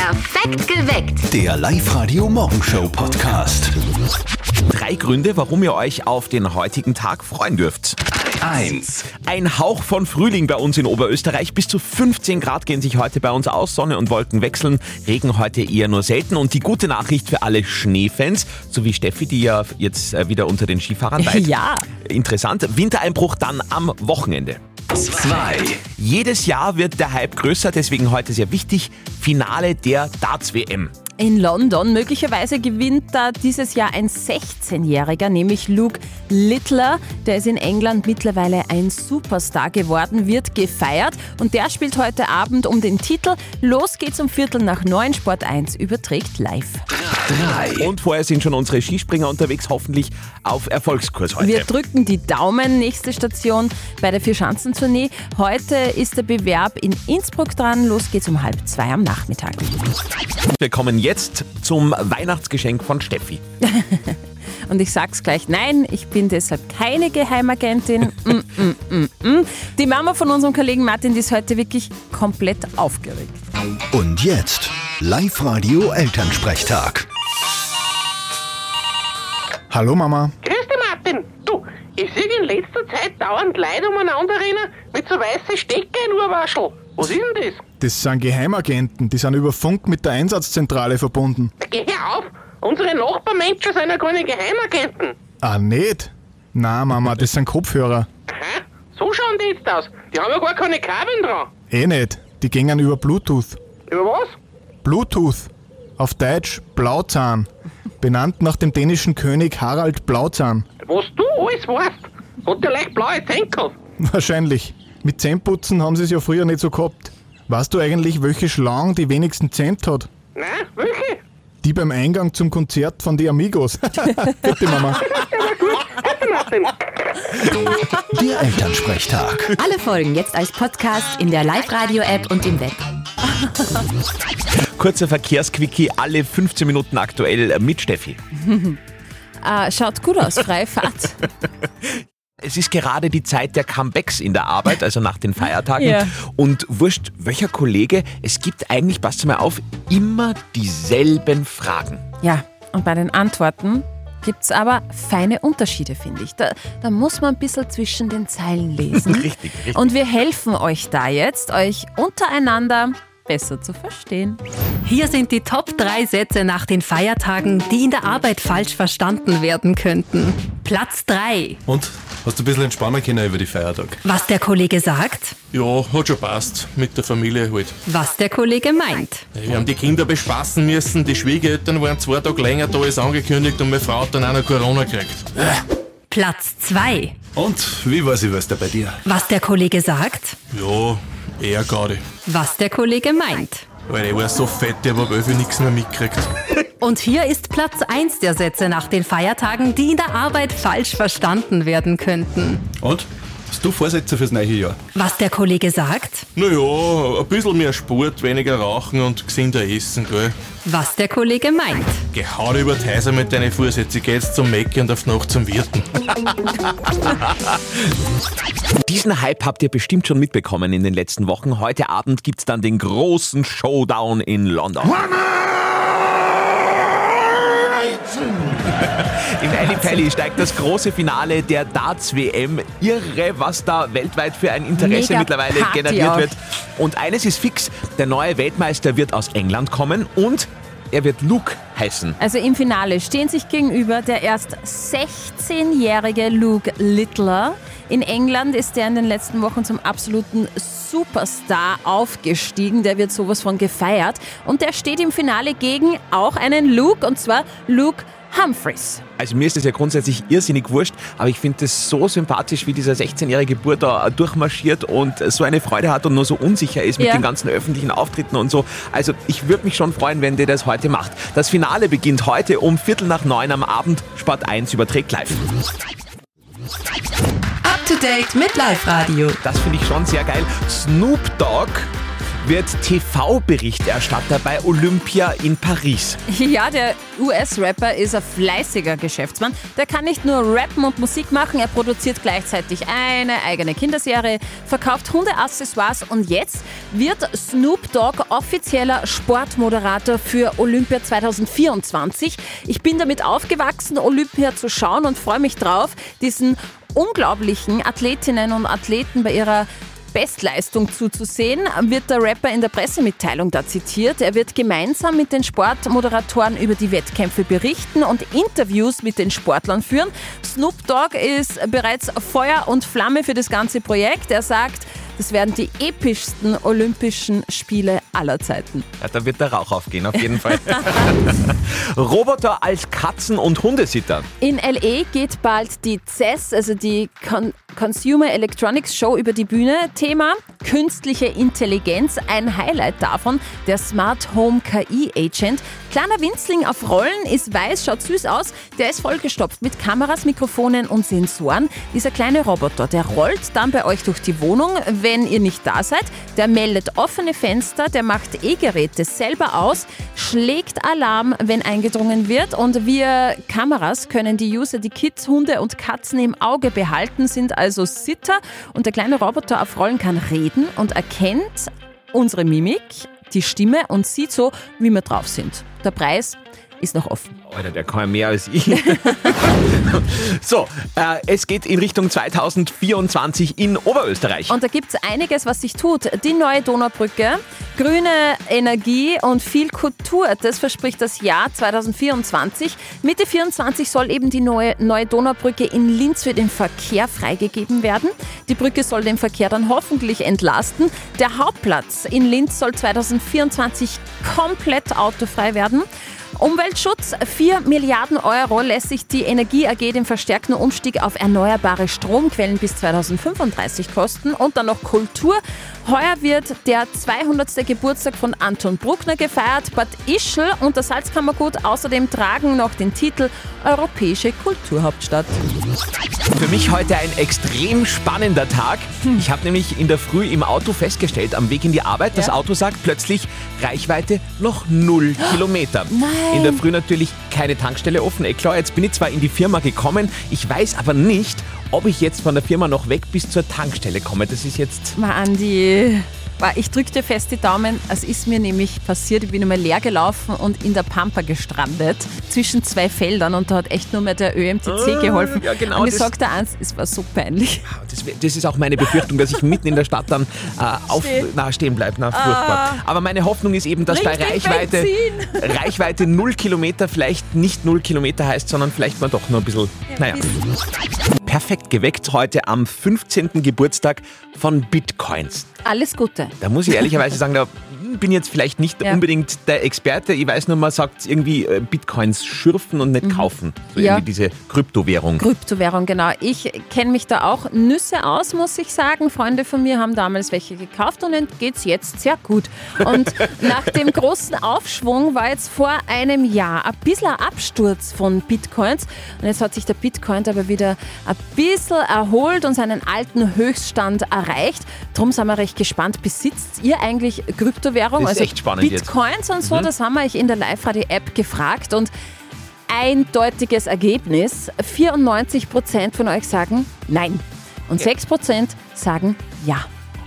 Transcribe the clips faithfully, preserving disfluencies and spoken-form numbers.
Perfekt geweckt. Der Live-Radio-Morgenshow-Podcast. Drei Gründe, warum ihr euch auf den heutigen Tag freuen dürft. Eins. Ein Hauch von Frühling bei uns in Oberösterreich. Bis zu fünfzehn Grad gehen sich heute bei uns aus. Sonne und Wolken wechseln. Regen heute eher nur selten. Und die gute Nachricht für alle Schneefans, so wie Steffi, die ja jetzt wieder unter den Skifahrern weilt. Ja. Interessant. Wintereinbruch dann am Wochenende. Zwei. Jedes Jahr wird der Hype größer, deswegen heute sehr wichtig. Finale der Darts-W M. In London möglicherweise gewinnt da dieses Jahr ein sechzehnjähriger, nämlich Luke Littler. Der ist in England mittlerweile ein Superstar geworden, wird gefeiert und der spielt heute Abend um den Titel. Los geht's um Viertel nach neun. Sport eins überträgt live. Drei. Und vorher sind schon unsere Skispringer unterwegs, hoffentlich auf Erfolgskurs heute. Wir drücken die Daumen. Nächste Station bei der Vierschanzentournee. Heute ist der Bewerb in Innsbruck dran. Los geht's um halb zwei am Nachmittag. Wir kommen jetzt zum Weihnachtsgeschenk von Steffi. Und ich sag's gleich, nein, ich bin deshalb keine Geheimagentin. mm, mm, mm, mm. Die Mama von unserem Kollegen Martin, die ist heute wirklich komplett aufgeregt. Und jetzt Live-Radio-Elternsprechtag. Hallo Mama. Grüß dich, Martin. Du, ich sehe in letzter Zeit dauernd Leute umeinander rennen mit so weißen Stecker in Urwaschel. Was ist denn das? Das sind Geheimagenten, die sind über Funk mit der Einsatzzentrale verbunden. Na, geh hör auf! Unsere Nachbarmenschen sind ja keine Geheimagenten. Ah, nicht? Na Mama, das sind Kopfhörer. Aha, so schauen die jetzt aus. Die haben ja gar keine Kabeln dran. Eh nicht, die gingen über Bluetooth. Über was? Bluetooth, auf Deutsch Blauzahn. Benannt nach dem dänischen König Harald Blauzahn. Was du alles weißt. Hat der leicht blaue Zähne gehabt? Wahrscheinlich. Mit Zähneputzen haben sie es ja früher nicht so gehabt. Weißt du eigentlich, welche Schlange die wenigsten Zähne hat? Nein, welche? Die beim Eingang zum Konzert von die Amigos. Bitte Mama. Ja, gut. Bitte, Martin. Der Elternsprechtag. Alle Folgen jetzt als Podcast in der Live-Radio-App und im Web. Kurzer Verkehrsquickie, alle fünfzehn Minuten aktuell mit Steffi. Ah, schaut gut aus, freie Fahrt. Es ist gerade die Zeit der Comebacks in der Arbeit, also nach den Feiertagen. Ja. Und wurscht, welcher Kollege, es gibt eigentlich, passt mal auf, immer dieselben Fragen. Ja, und bei den Antworten gibt's aber feine Unterschiede, finde ich. Da, da muss man ein bisschen zwischen den Zeilen lesen. Richtig, richtig. Und wir helfen euch da jetzt, euch untereinander besser zu verstehen. Hier sind die Top drei Sätze nach den Feiertagen, die in der Arbeit falsch verstanden werden könnten. Platz drei. Und? Hast du ein bisschen entspannen können über die Feiertage? Was der Kollege sagt, Ja, hat schon passt. Mit der Familie halt. was der Kollege meint. Wir haben die Kinder bespaßen müssen, die Schwiegereltern waren zwei Tage länger da als angekündigt und meine Frau hat dann auch noch Corona gekriegt. Platz zwei. Und? Wie war Silvester bei dir? Was der Kollege sagt, Ja, eher gerade. was der Kollege meint. Weil ich war so fett, ich hab ab elf nichts mehr mitgekriegt. Und hier ist Platz eins der Sätze nach den Feiertagen, die in der Arbeit falsch verstanden werden könnten. Und? Hast du Vorsätze fürs neue Jahr? Was der Kollege sagt, Naja, ein bisschen mehr Sport, weniger rauchen und gesünder essen, gell? was der Kollege meint. Geh, hau dir über die Häuser mit deinen Vorsätzen, geh jetzt zum Mäcki und auf die Nacht zum Wirten. Diesen Hype habt ihr bestimmt schon mitbekommen in den letzten Wochen. Heute Abend gibt's dann den großen Showdown in London. Im Ali Pally steigt das große Finale der Darts-W M. Irre, was da weltweit für ein Interesse Mega mittlerweile Party generiert auch. wird. Und eines ist fix, der neue Weltmeister wird aus England kommen und er wird Luke heißen. Also im Finale stehen sich gegenüber der erst sechzehnjährige Luke Littler. In England ist der in den letzten Wochen zum absoluten Superstar aufgestiegen. Der wird sowas von gefeiert. Und der steht im Finale gegen auch einen Luke, und zwar Luke Humphreys. Also mir ist das ja grundsätzlich irrsinnig wurscht, aber ich finde das so sympathisch, wie dieser sechzehnjährige Bur da durchmarschiert und so eine Freude hat und nur so unsicher ist mit Ja. den ganzen öffentlichen Auftritten und so. Also ich würde mich schon freuen, wenn der das heute macht. Das Finale beginnt heute um Viertel nach neun am Abend. Sport eins überträgt live. Up to date mit Live-Radio. Das finde ich schon sehr geil. Snoop Dogg wird T V-Berichterstatter bei Olympia in Paris. Ja, der U S-Rapper ist ein fleißiger Geschäftsmann. Der kann nicht nur rappen und Musik machen, er produziert gleichzeitig eine eigene Kinderserie, verkauft Hundeaccessoires und jetzt wird Snoop Dogg offizieller Sportmoderator für Olympia zwanzig vierundzwanzig. Ich bin damit aufgewachsen, Olympia zu schauen und freue mich drauf, diesen unglaublichen Athletinnen und Athleten bei ihrer Bestleistung zuzusehen, wird der Rapper in der Pressemitteilung da zitiert. Er wird gemeinsam mit den Sportmoderatoren über die Wettkämpfe berichten und Interviews mit den Sportlern führen. Snoop Dogg ist bereits Feuer und Flamme für das ganze Projekt. Er sagt, das werden die epischsten Olympischen Spiele aller Zeiten. Ja, da wird der Rauch aufgehen, auf jeden Fall. Roboter als Katzen- und Hundesitter. In L A geht bald die C E S, also die Con- Consumer Electronics Show, über die Bühne. Thema künstliche Intelligenz. Ein Highlight davon, der Smart Home K I-Agent. Kleiner Winzling auf Rollen, ist weiß, schaut süß aus. Der ist vollgestopft mit Kameras, Mikrofonen und Sensoren. Dieser kleine Roboter, der rollt dann bei euch durch die Wohnung, wenn ihr nicht da seid. Der meldet offene Fenster, der macht E-Geräte selber aus, schlägt Alarm, wenn eingedrungen wird. Und via Kameras können die User die Kids, Hunde und Katzen im Auge behalten, sind also Sitter. Und der kleine Roboter auf Rollen kann reden und erkennt unsere Mimik, die Stimme und sieht so, wie wir drauf sind. Der Preis ist noch offen. Alter, der kann ja mehr als ich. So, äh, es geht in Richtung zwanzig vierundzwanzig in Oberösterreich. Und da gibt es einiges, was sich tut. Die neue Donaubrücke, grüne Energie und viel Kultur. Das verspricht das Jahr zwanzig vierundzwanzig. Mitte vierundzwanzig soll eben die neue, neue Donaubrücke in Linz für den Verkehr freigegeben werden. Die Brücke soll den Verkehr dann hoffentlich entlasten. Der Hauptplatz in Linz soll zwanzig vierundzwanzig komplett autofrei werden. Umweltschutz, vier Milliarden Euro lässt sich die Energie A G den verstärkten Umstieg auf erneuerbare Stromquellen bis zwanzig fünfunddreißig kosten. Und dann noch Kultur. Heuer wird der zweihundertste Geburtstag von Anton Bruckner gefeiert. Bad Ischl und das Salzkammergut außerdem tragen noch den Titel Europäische Kulturhauptstadt. Für mich heute ein extrem spannender Tag. Ich habe nämlich in der Früh im Auto festgestellt, am Weg in die Arbeit, das Ja. Auto sagt plötzlich Reichweite noch null Kilometer. In der Früh natürlich keine Tankstelle offen. Eh klar, jetzt bin ich zwar in die Firma gekommen, ich weiß aber nicht, ob ich jetzt von der Firma noch weg bis zur Tankstelle komme. Das ist jetzt... Mal Andi, ich drücke dir fest die Daumen. Es ist mir nämlich passiert, ich bin einmal leer gelaufen und in der Pampa gestrandet, zwischen zwei Feldern, und da hat echt nur mehr der Ö M T C Ah, geholfen. ja, genau, und ich das- sag dir eins, es war so peinlich. Das, wär- das ist auch meine Befürchtung, dass ich mitten in der Stadt dann äh, auf, Stehen. na, stehen bleibe. Na, furchtbar. Aber meine Hoffnung ist eben, dass bei Richtig Reichweite, Benzin. Reichweite null Kilometer vielleicht nicht null Kilometer heißt, sondern vielleicht mal doch nur ein bisschen, naja. Perfekt geweckt heute am fünfzehnten Geburtstag von Bitcoins. Alles Gute. Da muss ich ehrlicherweise sagen, da bin jetzt vielleicht nicht Ja. unbedingt der Experte. Ich weiß nur, man sagt irgendwie äh, Bitcoins schürfen und nicht kaufen. So Ja. irgendwie diese Kryptowährung. Kryptowährung, genau. Ich kenne mich da auch Nüsse aus, muss ich sagen. Freunde von mir haben damals welche gekauft und denen geht's jetzt sehr gut. Und nach dem großen Aufschwung war jetzt vor einem Jahr ein bisschen ein Absturz von Bitcoins. Und jetzt hat sich der Bitcoin aber wieder ein bisschen erholt und seinen alten Höchststand erreicht. Darum sind wir recht gespannt. Besitzt ihr eigentlich Kryptowährung? Das ist also echt spannend jetzt. Bitcoins und so, das haben wir euch in der Live-Radio-App gefragt und eindeutiges Ergebnis. vierundneunzig Prozent von euch sagen nein und sechs Prozent sagen ja.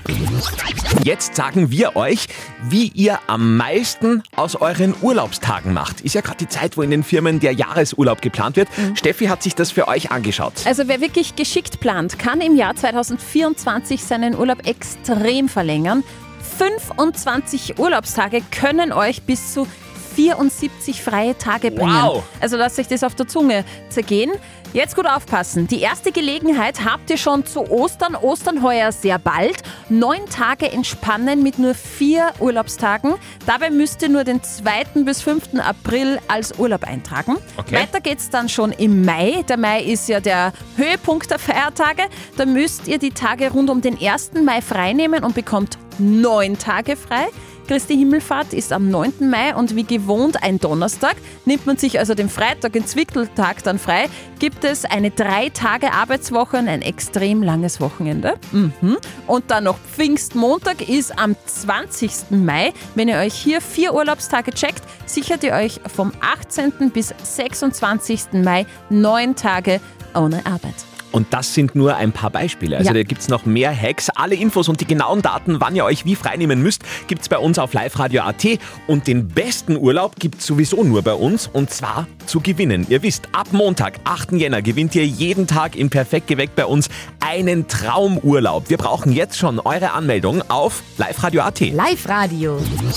Jetzt sagen wir euch, wie ihr am meisten aus euren Urlaubstagen macht. Ist ja gerade die Zeit, wo in den Firmen der Jahresurlaub geplant wird. Steffi hat sich das für euch angeschaut. Also wer wirklich geschickt plant, kann im Jahr zwanzig vierundzwanzig seinen Urlaub extrem verlängern. fünfundzwanzig Urlaubstage können euch bis zu vierundsiebzig freie Tage bringen. Wow. Also lasst euch das auf der Zunge zergehen. Jetzt gut aufpassen. Die erste Gelegenheit habt ihr schon zu Ostern. Ostern heuer sehr bald. Neun Tage entspannen mit nur vier Urlaubstagen. Dabei müsst ihr nur den zweiten bis fünften April als Urlaub eintragen. Okay. Weiter geht's dann schon im Mai. Der Mai ist ja der Höhepunkt der Feiertage. Da müsst ihr die Tage rund um den ersten Mai freinehmen und bekommt neun Tage frei. Christi Himmelfahrt ist am neunten Mai und wie gewohnt ein Donnerstag. Nimmt man sich also den Freitag, den Zwickeltag dann frei, gibt es eine drei Tage Arbeitswoche und ein extrem langes Wochenende. Mhm. Und dann noch Pfingstmontag ist am zwanzigsten Mai. Wenn ihr euch hier vier Urlaubstage checkt, sichert ihr euch vom achtzehnten bis sechsundzwanzigsten Mai neun Tage ohne Arbeit. Und das sind nur ein paar Beispiele. Also Ja. da gibt's noch mehr Hacks. Alle Infos und die genauen Daten, wann ihr euch wie freinehmen müsst, gibt's bei uns auf live radio punkt a t. Und den besten Urlaub gibt's sowieso nur bei uns. Und zwar zu gewinnen. Ihr wisst, ab Montag, achten Jänner, gewinnt ihr jeden Tag in Perfekt geweckt bei uns einen Traumurlaub. Wir brauchen jetzt schon eure Anmeldung auf live radio punkt a t. Live-Radio.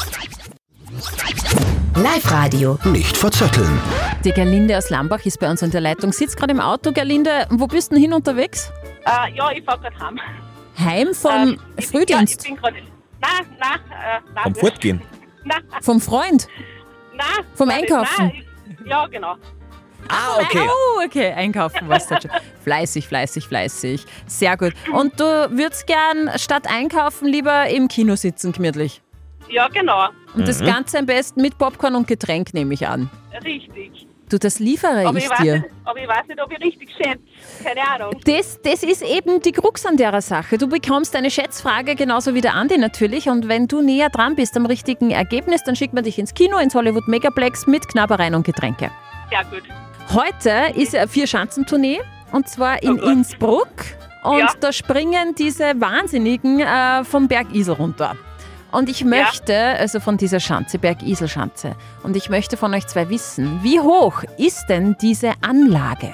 Live-Radio. Nicht verzetteln. Die Gerlinde aus Lambach ist bei uns in der Leitung. Sitzt gerade im Auto. Gerlinde, wo bist du denn hin unterwegs? Äh, ja, ich fahr gerade heim. Heim vom Ähm, ich- Frühdienst? Ja, ich bin gerade... Nein, nein, äh, nein. Vom Fortgehen. Nein, Vom Freund? nein. Vom nein, Einkaufen? Nein, ich- ja, genau. Ah, okay. Oh, okay, einkaufen warst du schon. Fleißig, fleißig, fleißig. Sehr gut. Und du würdest gern statt einkaufen lieber im Kino sitzen, gemütlich? Ja, genau. Und das Ganze am besten mit Popcorn und Getränk, nehme ich an. Richtig. Du, das liefere Aber ich ich, weiß dir. nicht, aber ich weiß nicht, ob ich richtig schätze. Keine Ahnung. Das, das ist eben die Krux an der Sache. Du bekommst eine Schätzfrage, genauso wie der Andi natürlich. Und wenn du näher dran bist am richtigen Ergebnis, dann schickt man dich ins Kino, ins Hollywood Megaplex mit Knabbereien und Getränke. Sehr gut. Heute ist eine Vier-Schanzentournee und zwar in Oh Gott. Innsbruck. Und Ja. da springen diese Wahnsinnigen äh, vom Berg Isel runter. Und ich möchte, also von dieser Schanze, Berg Isel-Schanze, und ich möchte von euch zwei wissen, wie hoch ist denn diese Anlage?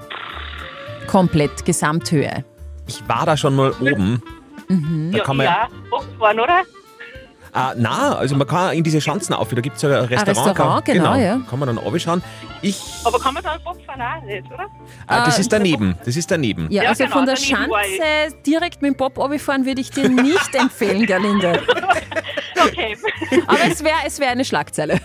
Komplett Gesamthöhe. Ich war da schon mal oben. Da Ja, kann man ja, hochgefahren, oder? Ah, na, also man kann in diese Schanzen auf, da gibt es ja ein Restaurant. Restaurant, kann, genau, ja. Kann man dann runterschauen. Ich, Aber kann man da einen Bock fahren auch nicht, oder? ah, das Ah, ist daneben, das ist daneben. Ja, Ja, also genau, von der daneben war Schanze direkt mit dem Bob runterfahren würde ich dir nicht empfehlen, Gerlinde. Okay. Aber es wäre es wär eine Schlagzeile.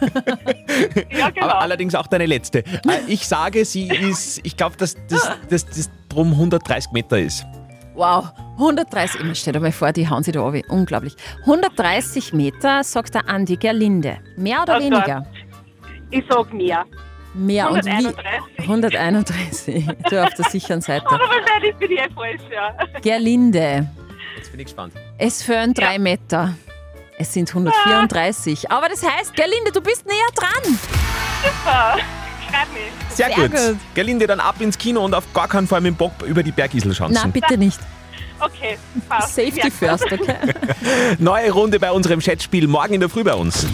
Ja, genau. Aber allerdings auch deine letzte. Äh, Ich sage, sie ist, ich glaube, dass das, das, das drum hundertdreißig Meter ist. Wow, hundertdreißig, immer stell dir mal vor, die hauen sich da runter. Unglaublich. hundertdreißig Meter, sagt der Andi Gerlinde. Mehr oder Oh weniger? Ich sag mehr. Mehr und wie? hunderteinunddreißig. hunderteinunddreißig. Du auf der sicheren Seite. Aber wahrscheinlich bin ich eh falsch, ja. Gerlinde, Jetzt bin ich gespannt. es fehlen drei Meter. Es sind hundertvierunddreißig. Aber das heißt, Gerlinde, du bist näher dran. Super. Schreib mich. Sehr, Sehr gut. gut. Gerlinde, dann ab ins Kino und auf gar keinen Fall mit dem Bob über die Bergiselschanzen. Na, bitte nicht. Okay, passt. Safety Ja. first, okay? Neue Runde bei unserem Chatspiel morgen in der Früh bei uns.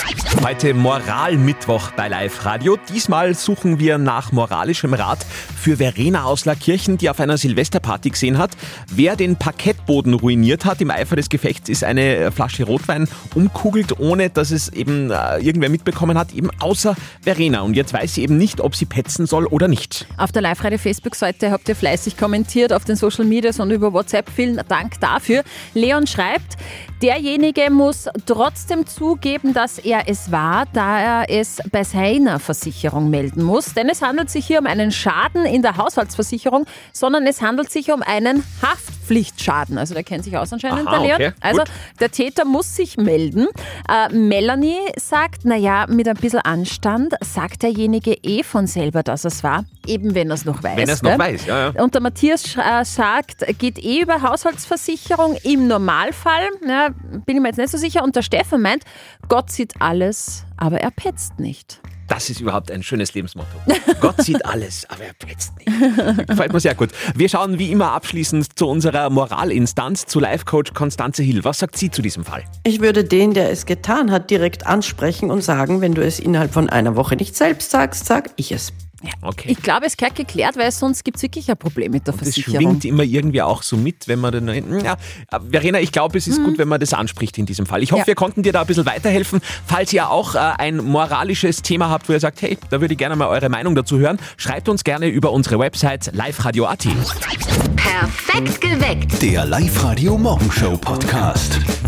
Heute Moralmittwoch bei Live Radio. Diesmal suchen wir nach moralischem Rat für Verena aus Laakirchen, die auf einer Silvesterparty gesehen hat, wer den Parkettboden ruiniert hat. Im Eifer des Gefechts ist eine Flasche Rotwein umkugelt, ohne dass es eben äh, irgendwer mitbekommen hat, eben außer Verena. Und jetzt weiß sie eben nicht, ob sie petzen soll oder nicht. Auf der Live-Radio-Facebook-Seite habt ihr fleißig kommentiert, auf den Social Medias und über WhatsApp. Vielen Dank dafür. Leon schreibt, derjenige muss trotzdem zugeben, dass er es war, da er es bei seiner Versicherung melden muss. Denn es handelt sich hier um einen Schaden in der Haushaltsversicherung, sondern es handelt sich um einen Haftpflichtschaden. Also der kennt sich aus anscheinend, Aha, der Leon. okay, Also gut. der Täter muss sich melden. Äh, Melanie sagt, naja, mit ein bisschen Anstand sagt derjenige eh von selber, dass es war, eben wenn er es noch weiß. Wenn er es noch gell? weiß, ja, ja. Und der Matthias sch- äh, sagt, geht eh über Haushaltsversicherung im Normalfall. Ja, bin ich mir jetzt nicht so sicher. Und der Stefan meint, Gott sieht alles, aber er petzt nicht. Das ist überhaupt ein schönes Lebensmotto. Gott sieht alles, aber er petzt nicht. Gefällt mir sehr gut. Wir schauen wie immer abschließend zu unserer Moralinstanz, zu Life-Coach Konstanze Hill. Was sagt sie zu diesem Fall? Ich würde den, der es getan hat, direkt ansprechen und sagen, wenn du es innerhalb von einer Woche nicht selbst sagst, sag ich es. Okay. Ich glaube, es gehört geklärt, weil sonst gibt es wirklich ein Problem mit der Das Versicherung. schwingt immer irgendwie auch so mit, wenn man dann. Ja, Verena, ich glaube, es ist gut, wenn man das anspricht in diesem Fall. Ich hoffe, Ja. wir konnten dir da ein bisschen weiterhelfen. Falls ihr auch äh, ein moralisches Thema habt, wo ihr sagt, hey, da würde ich gerne mal eure Meinung dazu hören, schreibt uns gerne über unsere Website live radio punkt a t. Perfekt geweckt. Der Live Radio Morgenshow Podcast.